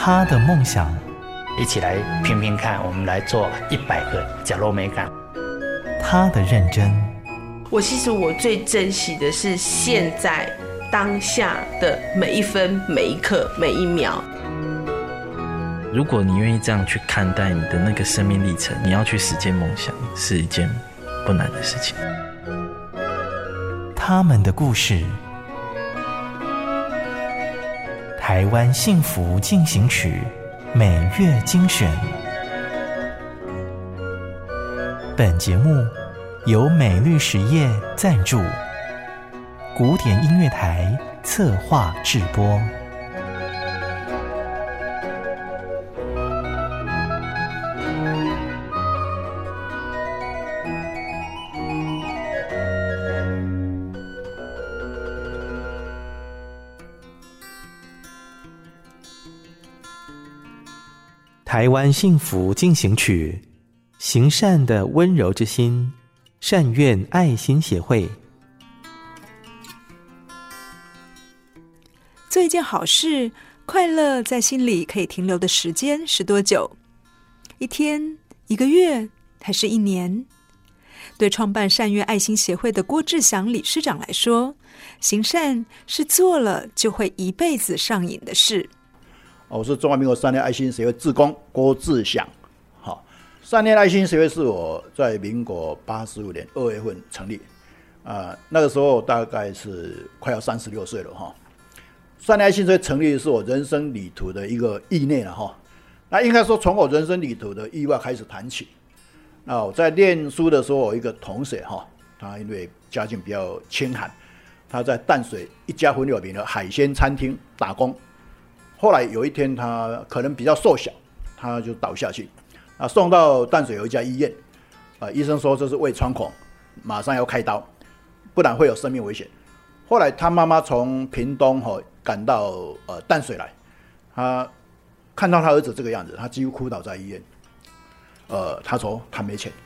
他的梦想， 一起来拼拼看，我们来做100个角落美感。 他的认真， 其实我最珍惜的是现在当下的每一分每一刻每一秒。 如果你愿意这样去看待你的那个生命历程，你要去实践梦想是一件不难的事情。 他们的故事，台湾幸福进行曲每月精选。本节目由美律实业赞助，古典音乐台策划制播。台湾幸福进行曲，行善的温柔之心，善愿爱心协会。 做一件好事，快乐在心里可以停留的时间是多久？1天、1个月，还是1年？对创办善愿爱心协会的郭志祥理事长来说，行善是做了就会一辈子上瘾的事。 我是中华民国善念爱心协会志工郭志祥。善念爱心协会是我在民国85年2月份成立，那个时候大概是快要36岁了哈。善念爱心协会成立是我人生旅途的一个意念了哈。那应该说从我人生旅途的意外开始谈起。那我在念书的时候，我一个同学哈，他因为家境比较清寒，他在淡水一家很有名的海鲜餐厅打工。后来有一天他可能比较瘦小，他就倒下去，送到淡水有一家医院，医生说这是胃穿孔，马上要开刀，不然会有生命危险。后来他妈妈从屏东赶到淡水来，他看到他儿子这个样子，他几乎哭倒在医院。他说他没钱。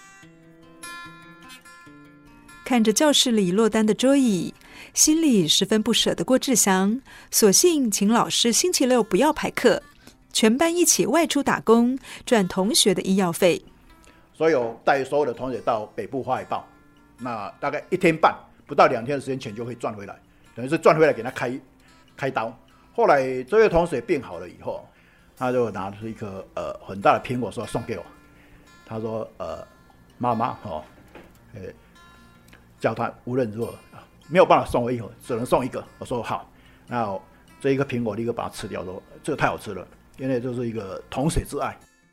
看着教室里落单的桌椅，心里十分不舍的郭志祥，索性请老师星期六不要排课，全班一起外出打工，赚同学的医药费。 所以我带所有的同学到北部花海豹，那大概1天半不到2天的时间，钱就会赚回来，等于是赚回来给他开刀。后来这位同学病好了以后，他就拿出一颗很大的苹果说送给我，他说妈妈叫他无论如何没有办法送我一盒，只能送1个。我说好，那这一个苹果立刻把它吃掉，说这个太好吃了，因为这是一个同学之爱。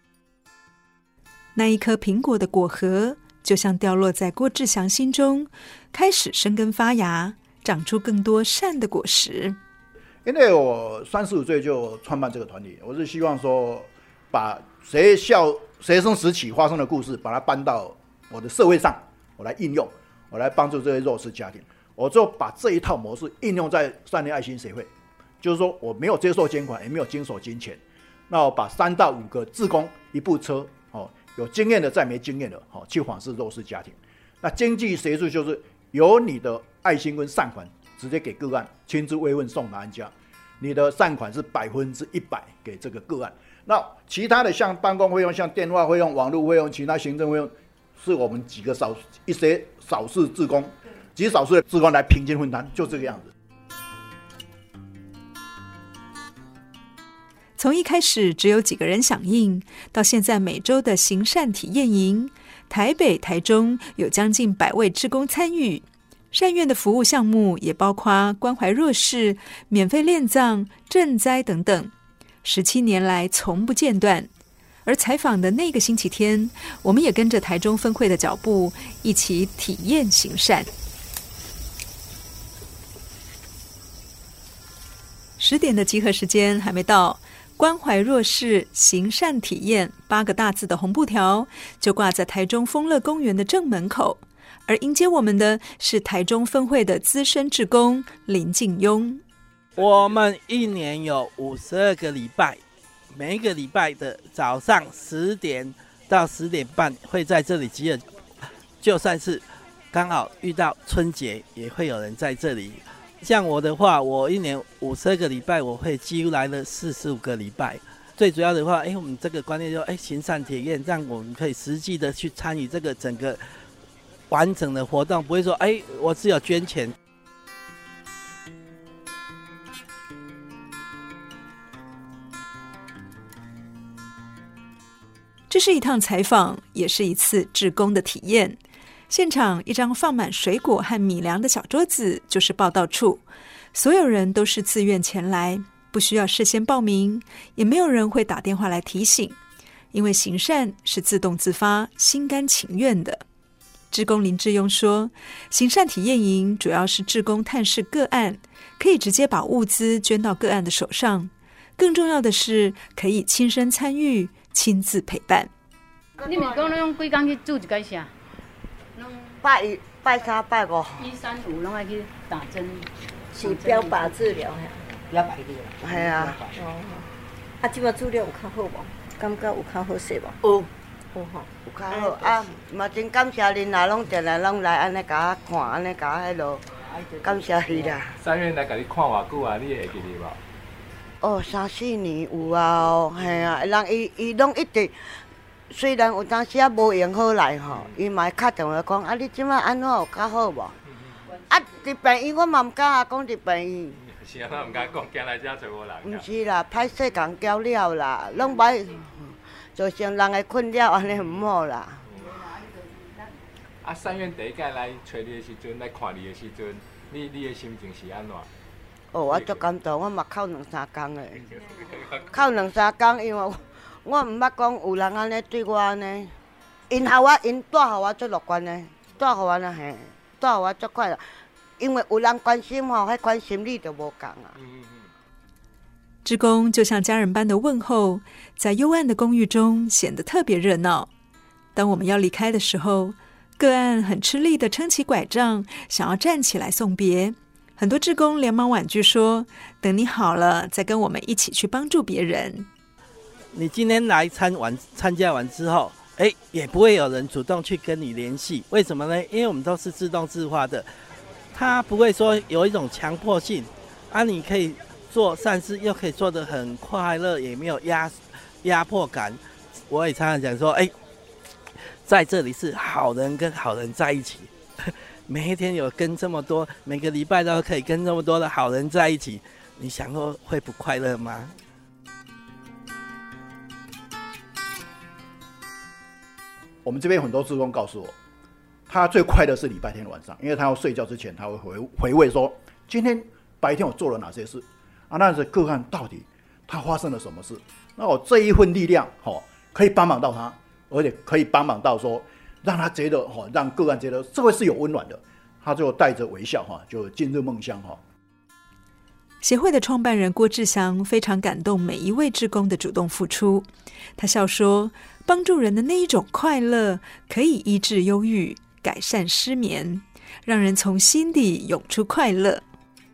那一颗苹果的果核就像掉落在郭志祥心中，开始生根发芽，长出更多善的果实。 因为我35岁就创办这个团体，我是希望说把学生时期发生的故事把它搬到我的社会上，我来应用，我来帮助这些弱势家庭。我就把这一套模式应用在善念爱心协会，就是说我没有接受捐款，也没有经手金钱，那我把3到5个志工一部车，有经验的再没经验的，去访视弱势家庭。那经济协助就是由你的爱心跟善款直接给个案，亲自慰问送达安家，你的善款是100%给这个个案。那其他的像办公费用、像电话费用、网络费用、其他行政费用，是我们一些少数志工，极少数的志工来平均分担，就这个样子。 从一开始只有几个人响应，到现在每周的行善体验营，台北、台中有将近100位志工参与。善愿的服务项目也包括关怀弱势、免费殓葬、赈灾等等，17年来从不间断。而采访的那个星期天，我们也跟着台中分会的脚步，一起体验行善。10点的集合时间还没到，关怀弱势行善体验8个大字的红布条就挂在台中丰乐公园的正门口，而迎接我们的是台中分会的资深志工林敬庸。 我们1年有52个礼拜，每一个礼拜的早上10点到10点半会在这里集合，就算是刚好遇到春节，也会有人在这里像我的话，我1年52个礼拜，我会几乎来了45个礼拜。最主要的话，我们这个观念就是行善体验，让我们可以实际的去参与这个整个完整的活动，不会说我只有捐钱。 这是一趟采访，也是一次志工的体验。现场一张放满水果和米粮的小桌子就是报到处，所有人都是自愿前来，不需要事先报名，也没有人会打电话来提醒，因为行善是自动自发、心甘情愿的。志工林志庸说，行善体验营主要是志工探视个案，可以直接把物资捐到个案的手上，更重要的是可以亲身参与、亲自陪伴。 你们讲用几天去住一个啥？ 拜1、拜3、拜5、 1、3、5拢爱去打针， 是标靶治疗呀。 标靶治疗。 系啊。啊，即摆治疗有较好无？感觉有较好势无？有。有吼，有较好啊！嘛真感谢恁啦，拢定来拢来安尼甲我看，安尼甲我迄落，感谢你啦。 3月来甲你看偌久啊？你会记得无 ？3、4年有啊，系啊，人伊拢一直。虽然有当时啊无用好来吼，伊嘛会敲电话讲啊，你即摆安怎有较好无？啊，伫病院我嘛毋敢讲伫病院。 是啊，我毋敢讲，行来遮找无人。 毋是啦，歹势共交了啦，拢歹造成人的困扰，安尼毋好啦。 啊，3月第一届来找你的时阵，来看你的时阵，你的心情是安怎？ 我足感动，我嘛哭2、3天的，哭2、3天，因为。我毋捌讲有人安尼对我安尼，因带互我足乐观的，带互我呢嘿，带互我足快乐，因为有人关心吼，迄款心理就无共啊。 志工就像家人般的问候，在幽暗的公寓中显得特别热闹。当我们要离开的时候，个案很吃力地撑起拐杖，想要站起来送别。很多志工连忙婉拒说：“等你好了，再跟我们一起去帮助别人。” 你今天来参加完之后，也不会有人主动去跟你联系，为什么呢？因为我们都是自动自发的，他不会说有一种强迫性啊，你可以做善事，又可以做得很快乐，也没有压迫感。我也常常讲说，在这里是好人跟好人在一起，每一天有跟这么多，每个礼拜都可以跟这么多的好人在一起，你想说会不快乐吗？ 我们这边很多志工告诉我，他最快乐是礼拜天晚上，因为他要睡觉之前，他会回味说，今天白天我做了哪些事啊？那是个案到底他发生了什么事？那我这一份力量，可以帮忙到他，而且可以帮忙到说，让他觉得让个案觉得社会是有温暖的，他就带着微笑就进入梦乡协会的创办人郭志祥非常感动每一位志工的主动付出，他笑说，帮助人的那一种快乐可以医治忧郁，改善失眠，让人从心底涌出快乐。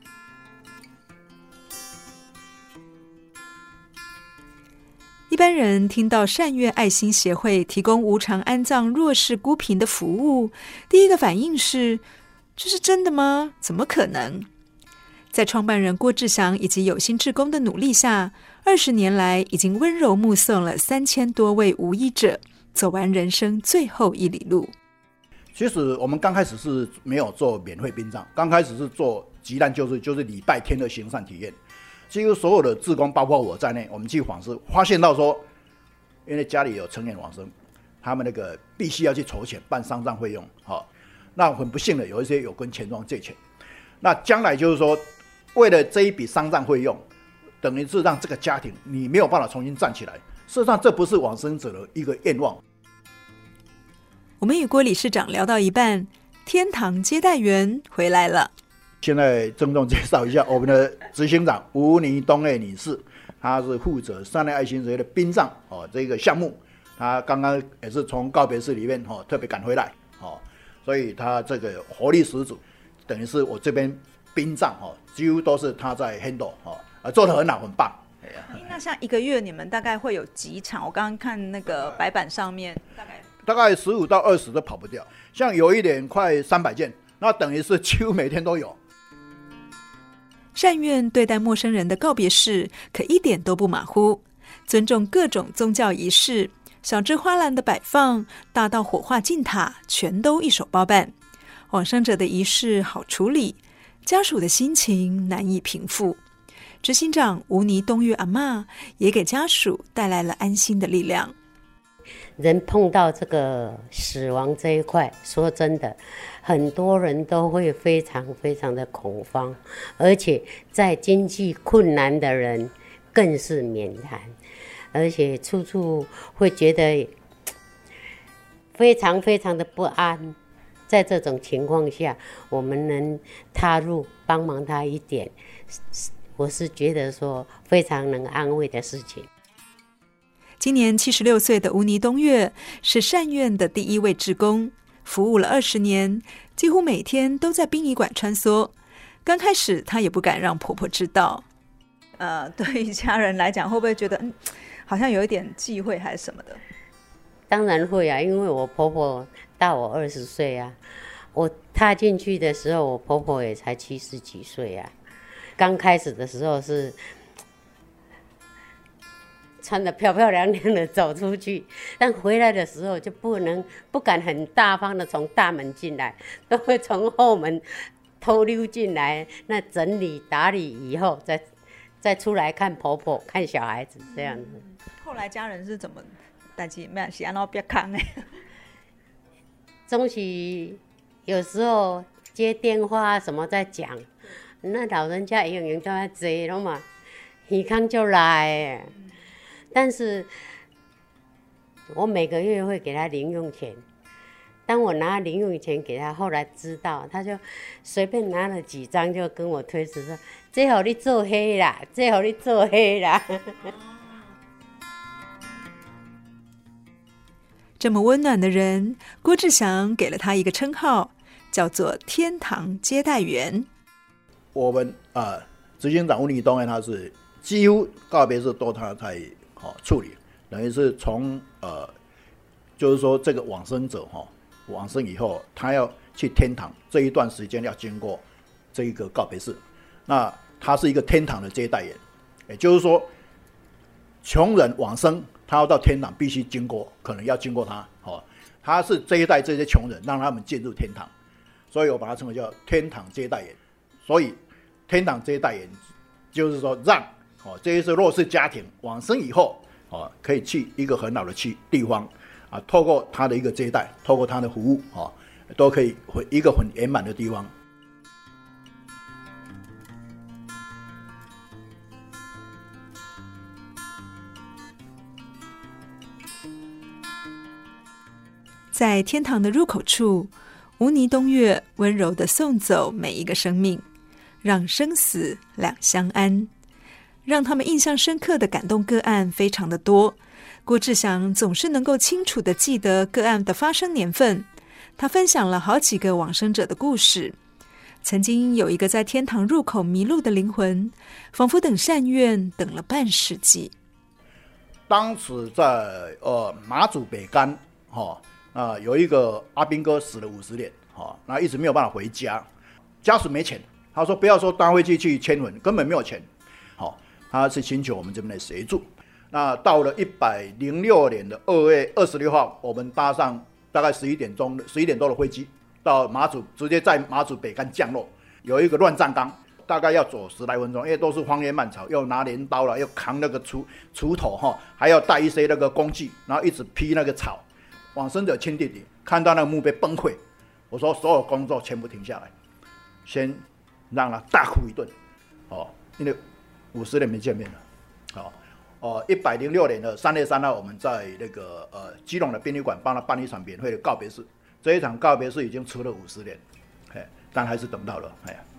一般人听到善悦爱心协会提供无偿安葬弱势孤贫的服务，第一个反应是，这是真的吗？怎么可能？在创办人郭志祥以及有心志工的努力下，20年来已经温柔目送了3000多位无医者走完人生最后1里路。 其实我们刚开始是没有做免费殡葬，刚开始是做急难救治，就是礼拜天的行善体验。几乎所有的志工，包括我在内，我们去访视，发现到说，因为家里有成年往生，他们那个必须要去筹钱办丧葬费用，那很不幸的有一些有跟钱庄借钱，那将来就是说，为了这一笔丧葬费用，等于是让这个家庭你没有办法重新站起来。事实上，这不是往生者的一个愿望。 我们与郭理事长聊到一半，天堂接待员回来了。 现在郑重介绍一下我们的执行长吴妮东叶女士，她是负责善良爱心协会的殡葬这个项目，她刚刚也是从告别式里面特别赶回来所以她这个活力十足，等于是我这边殡葬几乎都是她在 handle 做得很好，很棒。 那像一个月你们大概会有几场？我刚刚看那个白板上面大概15到20都跑不掉，像有一点快300件，那等于是几乎每天都有。 善院对待陌生人的告别式可一点都不马虎，尊重各种宗教仪式，小至花篮的摆放，大到火化进塔，全都一手包办。往生者的仪式好处理，家属的心情难以平复。执行长吴尼东岳阿嬷也给家属带来了安心的力量。 人碰到这个死亡这一块，说真的，很多人都会非常非常的恐慌，而且在经济困难的人更是免谈，而且处处会觉得非常非常的不安。在这种情况下，我们能踏入帮忙他一点，我是觉得说非常能安慰的事情。 今年76岁的吴尼东岳是善院的第一位志工，服务了20年，几乎每天都在殡仪馆穿梭。刚开始她也不敢让婆婆知道。 对于家人来讲，会不会觉得好像有一点忌讳还是什么的？ 当然会啊，因为我婆婆大我20岁啊，我踏进去的时候，我婆婆也才70几岁啊。刚开始的时候是穿得漂漂亮亮的走出去，但回来的时候就不敢很大方的从大门进来，都会从后门偷溜进来，那整理打理以后再出来看婆婆看小孩子这样子。 后来家人是怎么但是没是按怎别扛的？ 总是有时候接电话什么在讲，那老人家永远都在坐了嘛，耳康就来。但是我每个月会给他零用钱，当我拿零用钱给他，后来知道，他就随便拿了几张就跟我推辞说：“这给你做黑啦，这给你做黑啦。” 这么温暖的人，郭志祥给了他一个称号，叫做天堂接待员。 我们执行长吴尼东岳他是几乎告别式都他在处理，等于是从就是说这个往生者往生以后，他要去天堂这一段时间要经过这一个告别式，那他是一个天堂的接待员，也就是说穷人往生，他要到天堂必须经过，可能要经过他，他是接待这些穷人，让他们进入天堂，所以我把它称为叫天堂接待员。所以天堂接待员就是说让这些弱势家庭往生以后可以去一个很好的地方透过他的一个接待，透过他的服务都可以回一个很圆满的地方。 在天堂的入口处，吴尼东岳温柔地送走每一个生命，让生死两相安。让他们印象深刻的感动个案非常的多，郭志祥总是能够清楚地记得个案的发生年份。他分享了好几个往生者的故事。曾经有一个在天堂入口迷路的灵魂，仿佛等善愿等了半世纪。 当时在马祖北竿有一个阿兵哥死了50年，那一直没有办法回家，家属没钱，他说不要说搭飞机去迁魂，根本没有钱，他是请求我们这边的协助。那到了106年的2月26号，我们搭上大概11点多的飞机到马祖，直接在马祖北竿降落。有一个乱葬岗，大概要走10来分钟，因为都是荒野蔓草，又拿镰刀了，又扛那个锄头还要带一些那个工具，然后一直劈那个草。往生者亲弟弟看到那个墓碑崩溃，我说所有工作全部停下来，先让他大哭一顿，因为50年没见面了，106年的3月3号，我们在那个基隆的殡仪馆帮他办一场免费的告别式，这一场告别式已经迟了50年，但还是等到了，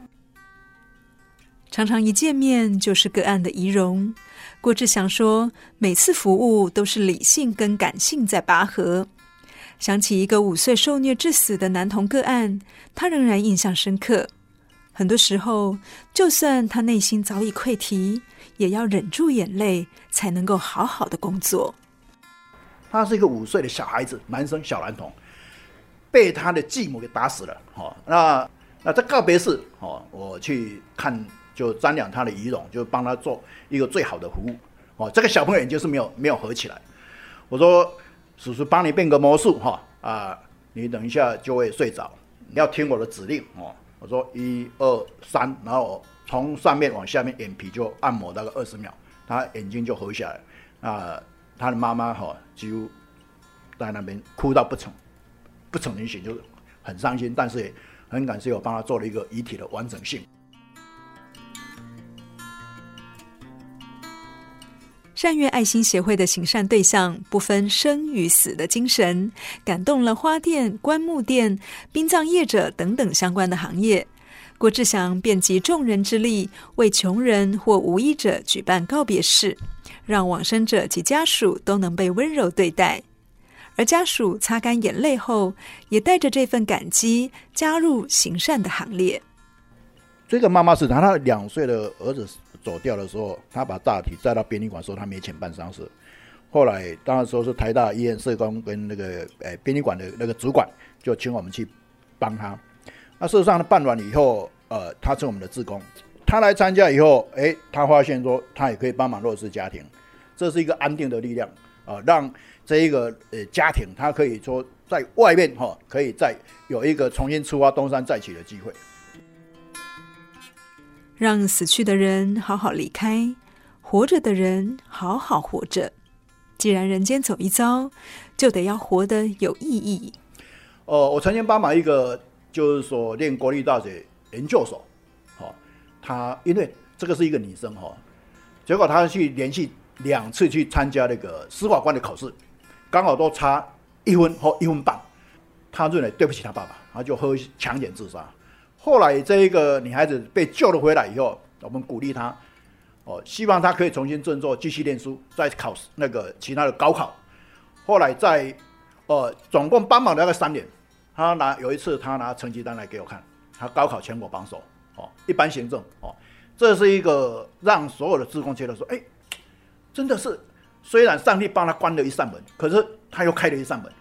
常常一见面就是个案的仪容。郭志祥说，每次服务都是理性跟感性在拔河。想起一个5岁受虐致死的男童个案，他仍然印象深刻。很多时候，就算他内心早已溃堤，也要忍住眼泪，才能够好好的工作。 他是一个5岁的小孩子，男生小男童，被他的继母给打死了。那在告别式，我去看就瞻仰他的仪容，就帮他做一个最好的服务。哦，这个小朋友眼睛是没有合起来。我说叔叔帮你变个魔术你等一下就会睡着，你要听我的指令哦。我说1、2、3，然后我从上面往下面眼皮就按摩大概20秒，他眼睛就合下来。他的妈妈几乎在那边哭到不成人形，就是很伤心，但是也很感谢我帮他做了一个遗体的完整性。 善悦爱心协会的行善对象不分生与死的精神，感动了花店、棺木店、殡葬业者等等相关的行业。郭志祥便集众人之力，为穷人或无依者举办告别式，让往生者及家属都能被温柔对待。而家属擦干眼泪后，也带着这份感激加入行善的行列。 这个妈妈是她2岁的儿子走掉的时候，她把大体载到殡仪馆，说她没钱办丧事。后来当然说是台大医院社工跟那个殡仪馆的那个主管就请我们去帮她。那事实上办完以后，她是我们的志工，她来参加以后，她发现说她也可以帮忙弱势家庭，这是一个安定的力量让这一个家庭她可以说在外面可以再有一个重新出发东山再起的机会。 让死去的人好好离开，活着的人好好活着。既然人间走一遭，就得要活得有意义。 我曾经帮忙一个，就是说念国立大学研究所，她因为这个是一个女生结果她去连续2次去参加那个司法官的考试，刚好都差1分或1分半，她认为对不起她爸爸，她就喝强奸自杀。后来这一个女孩子被救了回来以后，我们鼓励她，希望她可以重新振作，继续念书，再考那个其他的高考。后来在总共帮忙了大概3年，有一次她拿成绩单来给我看，她高考全国榜首一般行政这是一个让所有的志工觉得说，真的是虽然上帝帮她关了一扇门，可是她又开了一扇门。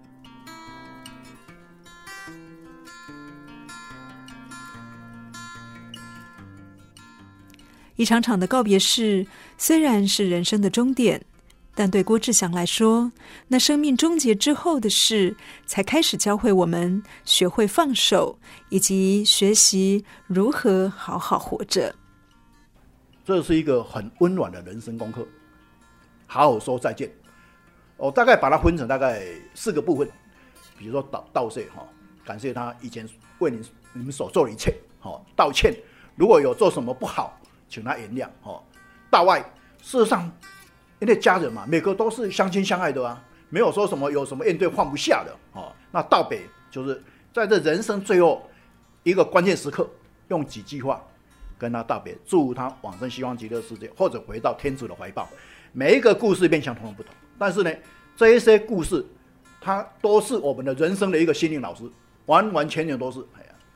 一场场的告别式虽然是人生的终点，但对郭志祥来说，那生命终结之后的事，才开始教会我们学会放手，以及学习如何好好活着。 这是一个很温暖的人生功课，好好说再见。我大概把它分成大概4个部分，比如说道谢感谢他以前为你们所做的一切道歉，如果有做什么不好，请他原谅道爱，事实上因为家人嘛，每个都是相亲相爱的没有说什么有什么怨对放不下的那道别就是在这人生最后一个关键时刻，用几句话跟他道别，祝他往生西方极乐世界，或者回到天主的怀抱。每一个故事面向通通不同，但是呢，这一些故事它都是我们的人生的一个心灵老师，完完全全都是。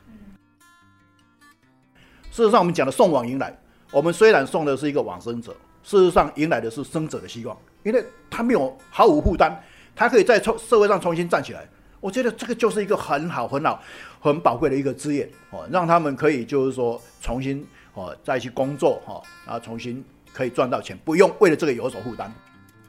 事实上我们讲的送往迎来，我们虽然送的是一个往生者，事实上迎来的是生者的希望，因为他没有毫无负担，他可以在社会上重新站起来。我觉得这个就是一个很好很宝贵的一个资源让他们可以就是说重新再去工作然后重新可以赚到钱，不用为了这个有所负担。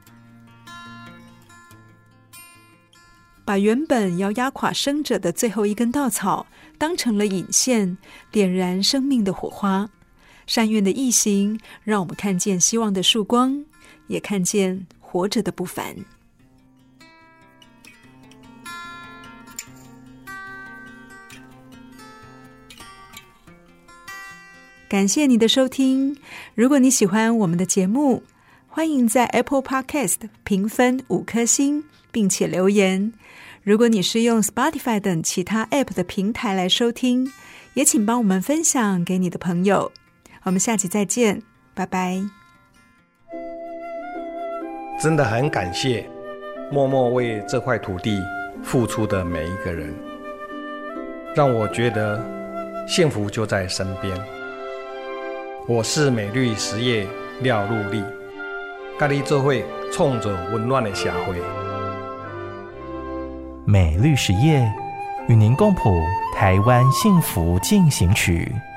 把原本要压垮生者的最后一根稻草当成了引线，点燃生命的火花。善愿的义行让我们看见希望的曙光，也看见活着的不凡。感谢你的收听，如果你喜欢我们的节目，欢迎在 Apple Podcast 评分5颗星并且留言。如果你是用 Spotify 等其他 App 的平台来收听，也请帮我们分享给你的朋友。我们下期再见，拜拜。 真的很感谢默默为这块土地付出的每一个人，让我觉得幸福就在身边。我是美绿实业廖陆力，跟你做伙创造温暖的社会。 美绿实业与您共谱台湾幸福进行曲。